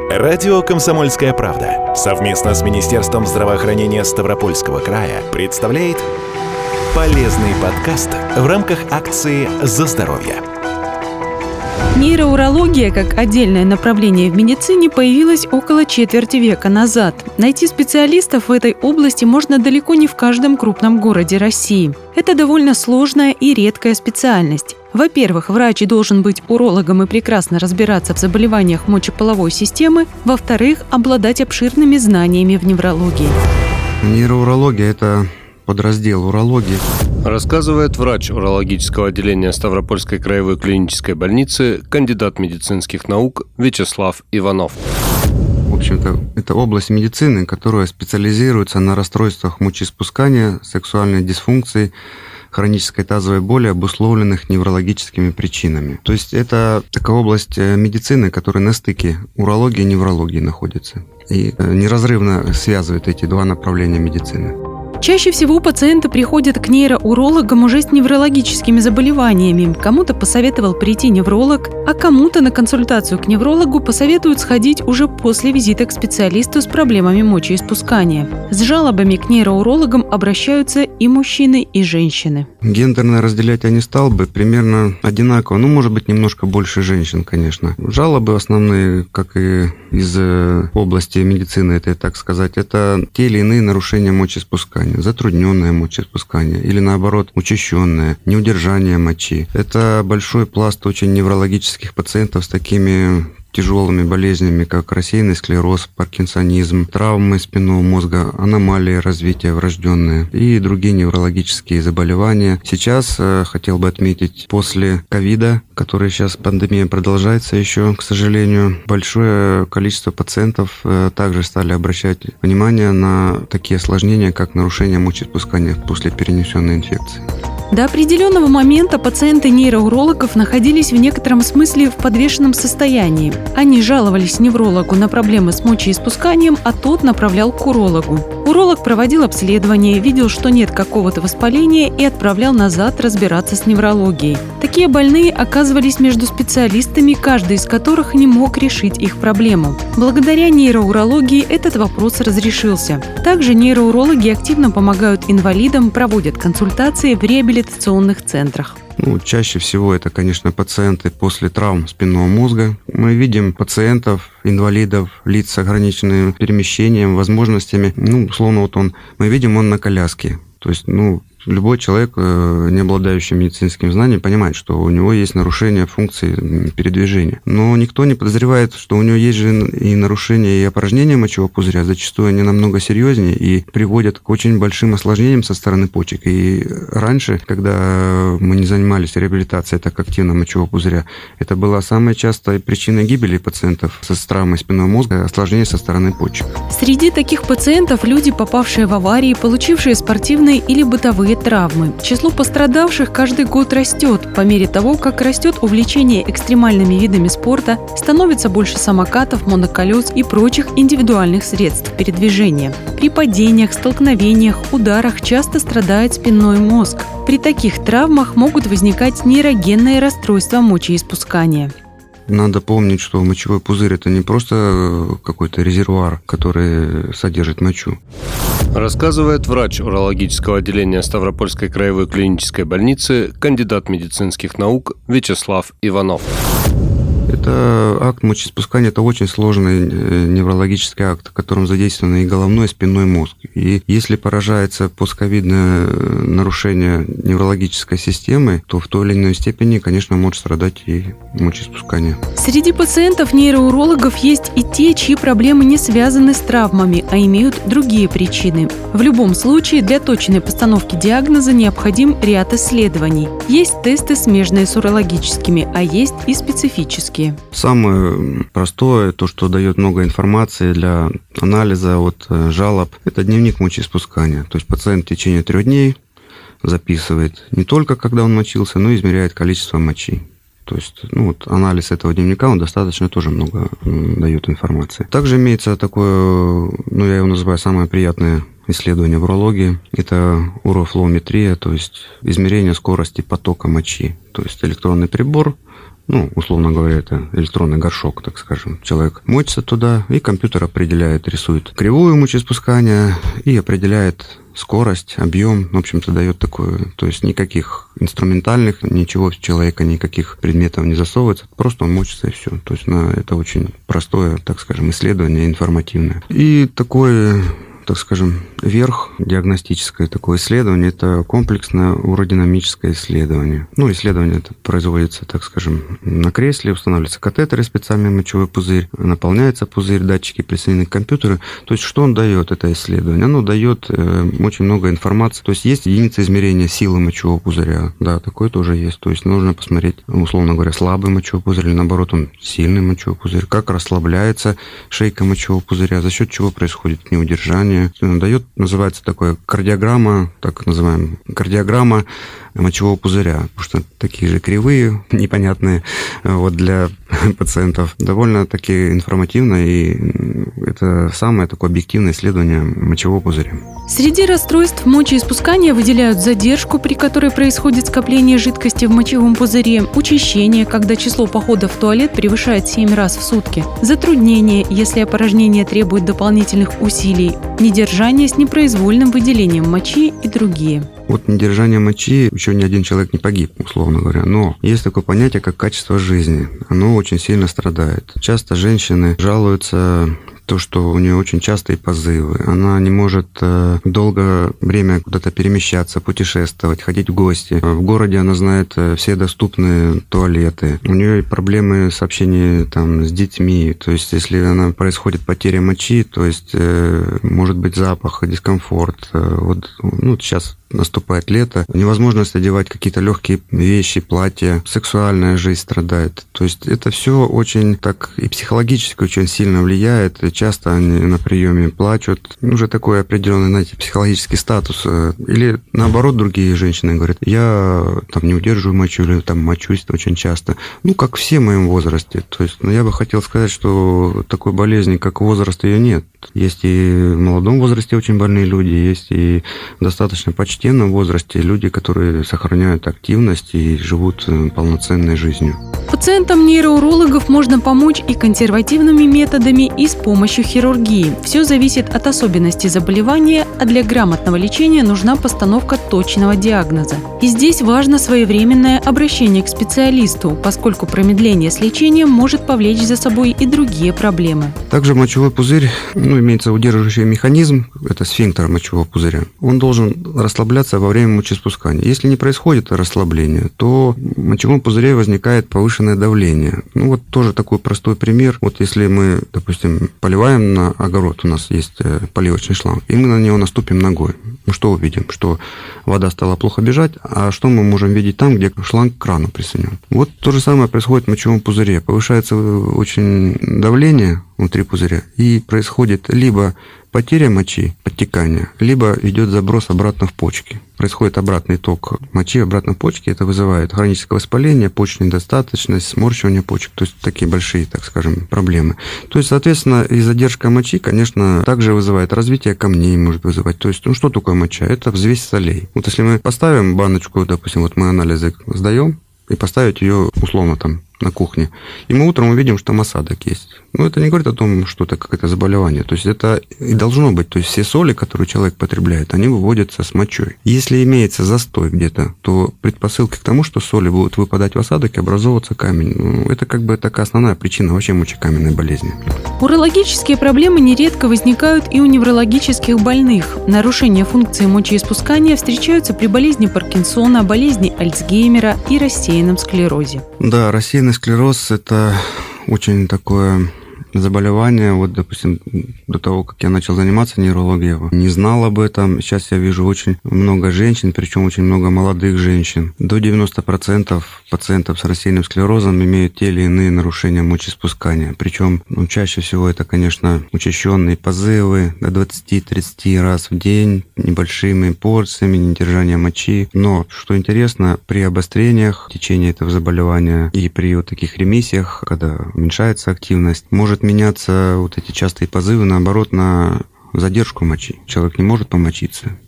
Радио «Комсомольская правда» совместно с Министерством здравоохранения Ставропольского края представляет полезный подкаст в рамках акции «За здоровье». Нейроурология как отдельное направление в медицине появилась около четверти века назад. Найти специалистов в этой области можно далеко не в каждом крупном городе России. Это довольно сложная и редкая специальность. Во-первых, врач должен быть урологом и прекрасно разбираться в заболеваниях мочеполовой системы. Во-вторых, обладать обширными знаниями в неврологии. Нейроурология – это подраздел урологии. Рассказывает врач урологического отделения Ставропольской краевой клинической больницы, кандидат медицинских наук Вячеслав Иванов. В общем-то, это область медицины, которая специализируется на расстройствах мочеиспускания, сексуальной дисфункции, хронической тазовой боли, обусловленных неврологическими причинами. То есть это такая область медицины, которая на стыке урологии и неврологии находится и неразрывно связывает эти два направления медицины. Чаще всего пациенты приходят к нейроурологам уже с неврологическими заболеваниями. Кому-то посоветовал прийти невролог, а кому-то на консультацию к неврологу посоветуют сходить уже после визита к специалисту с проблемами мочеиспускания. С жалобами к нейроурологам обращаются и мужчины, и женщины. Гендерно разделять я не стал бы, примерно одинаково, может быть, немножко больше женщин, конечно. Жалобы основные, как и из области медицины, это, так сказать, это те или иные нарушения мочеиспускания. Затрудненное мочеиспускание или, наоборот, учащенное, неудержание мочи. Это большой пласт очень неврологических пациентов с такими тяжелыми болезнями, как рассеянный склероз, паркинсонизм, травмы спинного мозга, аномалии развития врожденные и другие неврологические заболевания. Сейчас хотел бы отметить, после ковида, который сейчас пандемия продолжается еще, к сожалению, большое количество пациентов также стали обращать внимание на такие осложнения, как нарушение мочеиспускания после перенесенной инфекции. До определенного момента пациенты нейроурологов находились в некотором смысле в подвешенном состоянии. Они жаловались неврологу на проблемы с мочеиспусканием, а тот направлял к урологу. Уролог проводил обследование, видел, что нет какого-то воспаления, и отправлял назад разбираться с неврологией. Такие больные оказывались между специалистами, каждый из которых не мог решить их проблему. Благодаря нейроурологии этот вопрос разрешился. Также нейроурологи активно помогают инвалидам, проводят консультации в реабилитационных центрах. Чаще всего это, конечно, пациенты после травм спинного мозга. Мы видим пациентов, инвалидов, лиц с ограниченным перемещением, возможностями. Мы видим, он на коляске. То есть, любой человек, не обладающий медицинским знанием, понимает, что у него есть нарушение функции передвижения. Но никто не подозревает, что у него есть же и нарушение и опорожнения мочевого пузыря. Зачастую они намного серьезнее и приводят к очень большим осложнениям со стороны почек. И раньше, когда мы не занимались реабилитацией так активно мочевого пузыря, это была самая частая причина гибели пациентов с травмой спинного мозга, осложнения со стороны почек. Среди таких пациентов люди, попавшие в аварии, получившие спортивные или бытовые травмы. Число пострадавших каждый год растет. По мере того, как растет увлечение экстремальными видами спорта, становится больше самокатов, моноколес и прочих индивидуальных средств передвижения. При падениях, столкновениях, ударах часто страдает спинной мозг. При таких травмах могут возникать нейрогенные расстройства мочеиспускания. Надо помнить, что мочевой пузырь – это не просто какой-то резервуар, который содержит мочу. Рассказывает врач урологического отделения Ставропольской краевой клинической больницы, кандидат медицинских наук Вячеслав Иванов. Это акт мочеиспускания, это очень сложный неврологический акт, в котором задействованы и головной, и спинной мозг. И если поражается постковидное нарушение неврологической системы, то в той или иной степени, конечно, может страдать и мочеиспускание. Среди пациентов нейроурологов есть и те, чьи проблемы не связаны с травмами, а имеют другие причины. В любом случае, для точной постановки диагноза необходим ряд исследований. Есть тесты, смежные с урологическими, а есть и специфические. Самое простое, то, что дает много информации для анализа от жалоб, это дневник мочеиспускания. То есть пациент в течение 3 дней записывает не только когда он мочился, но и измеряет количество мочи. То есть, анализ этого дневника, он достаточно тоже много дает информации. Также имеется такое, я его называю самое приятное исследование в урологии. Это урофлоуметрия, то есть измерение скорости потока мочи. То есть электронный прибор условно говоря, это электронный горшок, так скажем. Человек мочится туда, и компьютер определяет, рисует кривую мочеиспускания и определяет скорость, объем, в общем-то, дает такое. То есть никаких инструментальных, ничего в человека, никаких предметов не засовывается, просто он мочится и все. То есть это очень простое, так скажем, исследование информативное. И такое, так скажем, верх диагностическое такое исследование – это комплексное уродинамическое исследование. Исследование это производится, так скажем, на кресле, устанавливается катетер и специальный мочевой пузырь, наполняется пузырь, датчики присоединены к компьютеру. То есть что он дает, это исследование? Оно дает очень много информации. То есть есть единица измерения силы мочевого пузыря. Да, такое тоже есть. То есть нужно посмотреть, условно говоря, слабый мочевой пузырь или, наоборот, он сильный мочевой пузырь, как расслабляется шейка мочевого пузыря, за счет чего происходит неудержание. Дает, называется такое кардиограмма, так называемая кардиограмма мочевого пузыря, потому что такие же кривые, непонятные для пациентов. Довольно-таки информативно, и это самое такое объективное исследование мочевого пузыря. Среди расстройств мочеиспускания выделяют задержку, при которой происходит скопление жидкости в мочевом пузыре, учащение, когда число походов в туалет превышает 7 раз в сутки, затруднение, если опорожнение требует дополнительных усилий, недержание с непроизвольным выделением мочи и другие. Недержание мочи, еще ни один человек не погиб, условно говоря. Но есть такое понятие, как качество жизни. Оно очень сильно страдает. Часто женщины жалуются, что у нее очень частые позывы. Она не может долгое время куда-то перемещаться, путешествовать, ходить в гости. В городе она знает все доступные туалеты. У нее проблемы с общением с детьми. То есть, если происходит потеря мочи, то есть может быть запах, дискомфорт. Сейчас наступает лето, невозможность одевать какие-то легкие вещи, платья, сексуальная жизнь страдает. То есть это все очень так и психологически очень сильно влияет. И часто они на приеме плачут. Уже такой определенный, психологический статус. Или наоборот, другие женщины говорят, я не удерживаю мочу, или мочусь очень часто. Как все в моем возрасте. То есть, я бы хотел сказать, что такой болезни, как возраст, ее нет. Есть и в молодом возрасте очень больные люди, есть и достаточно почтенном возрасте люди, которые сохраняют активность и живут полноценной жизнью. Пациентам нейроурологов можно помочь и консервативными методами, и с помощью хирургии. Все зависит от особенностей заболевания, а для грамотного лечения нужна постановка точного диагноза. И здесь важно своевременное обращение к специалисту, поскольку промедление с лечением может повлечь за собой и другие проблемы. Также мочевой пузырь, имеется удерживающий механизм, это сфинктер мочевого пузыря. Он должен расслабляться во время мочеиспускания. Если не происходит расслабление, то в мочевом пузыре возникает повышенное давление. Тоже такой простой пример. Если мы, допустим, поливаем на огород, у нас есть поливочный шланг, и мы на него наступим ногой. Что увидим? Что вода стала плохо бежать, а что мы можем видеть там, где шланг к крану присоединен? То же самое происходит в мочевом пузыре. Повышается очень давление внутри пузыря, и происходит либо потеря мочи, подтекание, либо идет заброс обратно в почки. Происходит обратный ток мочи обратно в почки, это вызывает хроническое воспаление, почечную недостаточность, сморщивание почек, то есть такие большие, так скажем, проблемы. То есть, соответственно, и задержка мочи, конечно, также вызывает развитие камней, может вызывать. То есть, что такое моча? Это взвесь солей. Если мы поставим баночку, допустим, мы анализы сдаем, и поставить ее условно на кухне. И мы утром увидим, что там осадок есть. Это не говорит о том, что это какое-то заболевание. То есть это и должно быть. То есть все соли, которые человек потребляет, они выводятся с мочой. Если имеется застой где-то, то предпосылки к тому, что соли будут выпадать в осадок и образовываться камень. Это такая основная причина вообще мочекаменной болезни. Урологические проблемы нередко возникают и у неврологических больных. Нарушения функции мочеиспускания встречаются при болезни Паркинсона, болезни Альцгеймера и рассеянном склерозе. Да, рассеянный склероз – это очень такое заболевание. Допустим, до того, как я начал заниматься нейрологией, не знал об этом. Сейчас я вижу очень много женщин, причем очень много молодых женщин. До 90% пациентов с рассеянным склерозом имеют те или иные нарушения мочеиспускания. Причем чаще всего это, конечно, учащенные позывы до 20-30 раз в день, небольшими порциями, недержание мочи. Но, что интересно, при обострениях в течение этого заболевания и при таких ремиссиях, когда уменьшается активность, может меняться эти частые позывы, наоборот, на задержку мочи. Человек не может помочиться.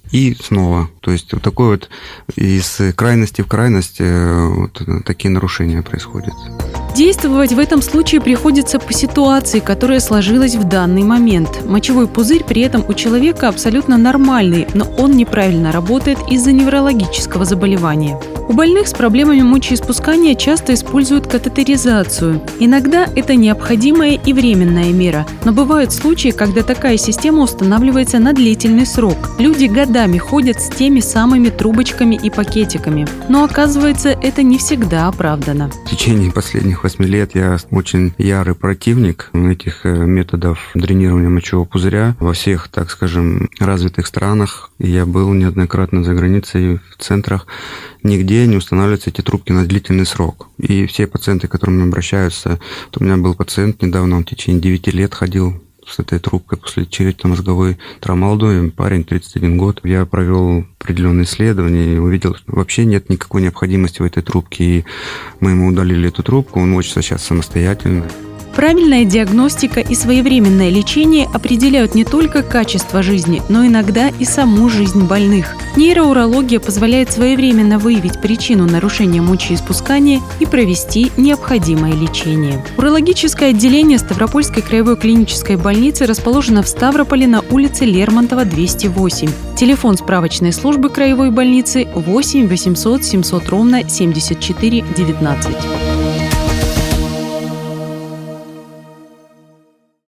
и снова. То есть вот такой вот из крайности в крайность вот такие нарушения происходят. Действовать в этом случае приходится по ситуации, которая сложилась в данный момент. Мочевой пузырь при этом у человека абсолютно нормальный, но он неправильно работает из-за неврологического заболевания. У больных с проблемами мочеиспускания часто используют катетеризацию. Иногда это необходимая и временная мера, но бывают случаи, когда такая система устанавливается на длительный срок. Люди годами ходят с теми самыми трубочками и пакетиками, но оказывается, это не всегда оправдано. В течение последних 8 лет я очень ярый противник этих методов дренирования мочевого пузыря во всех, так скажем, развитых странах. Я был неоднократно за границей и в центрах. Нигде не устанавливаются эти трубки на длительный срок. И все пациенты, к которым обращаются, у меня был пациент недавно, он в течение 9 лет ходил с этой трубкой после черепно-мозговой травмы. Молодой парень, 31 год. Я провел определенные исследования и увидел, что вообще нет никакой необходимости в этой трубке. И мы ему удалили эту трубку, он мочится сейчас самостоятельно. Правильная диагностика и своевременное лечение определяют не только качество жизни, но иногда и саму жизнь больных. Нейроурология позволяет своевременно выявить причину нарушения мочеиспускания и провести необходимое лечение. Урологическое отделение Ставропольской краевой клинической больницы расположено в Ставрополе на улице Лермонтова, 208. Телефон справочной службы краевой больницы 8 800 700 ровно 74 19.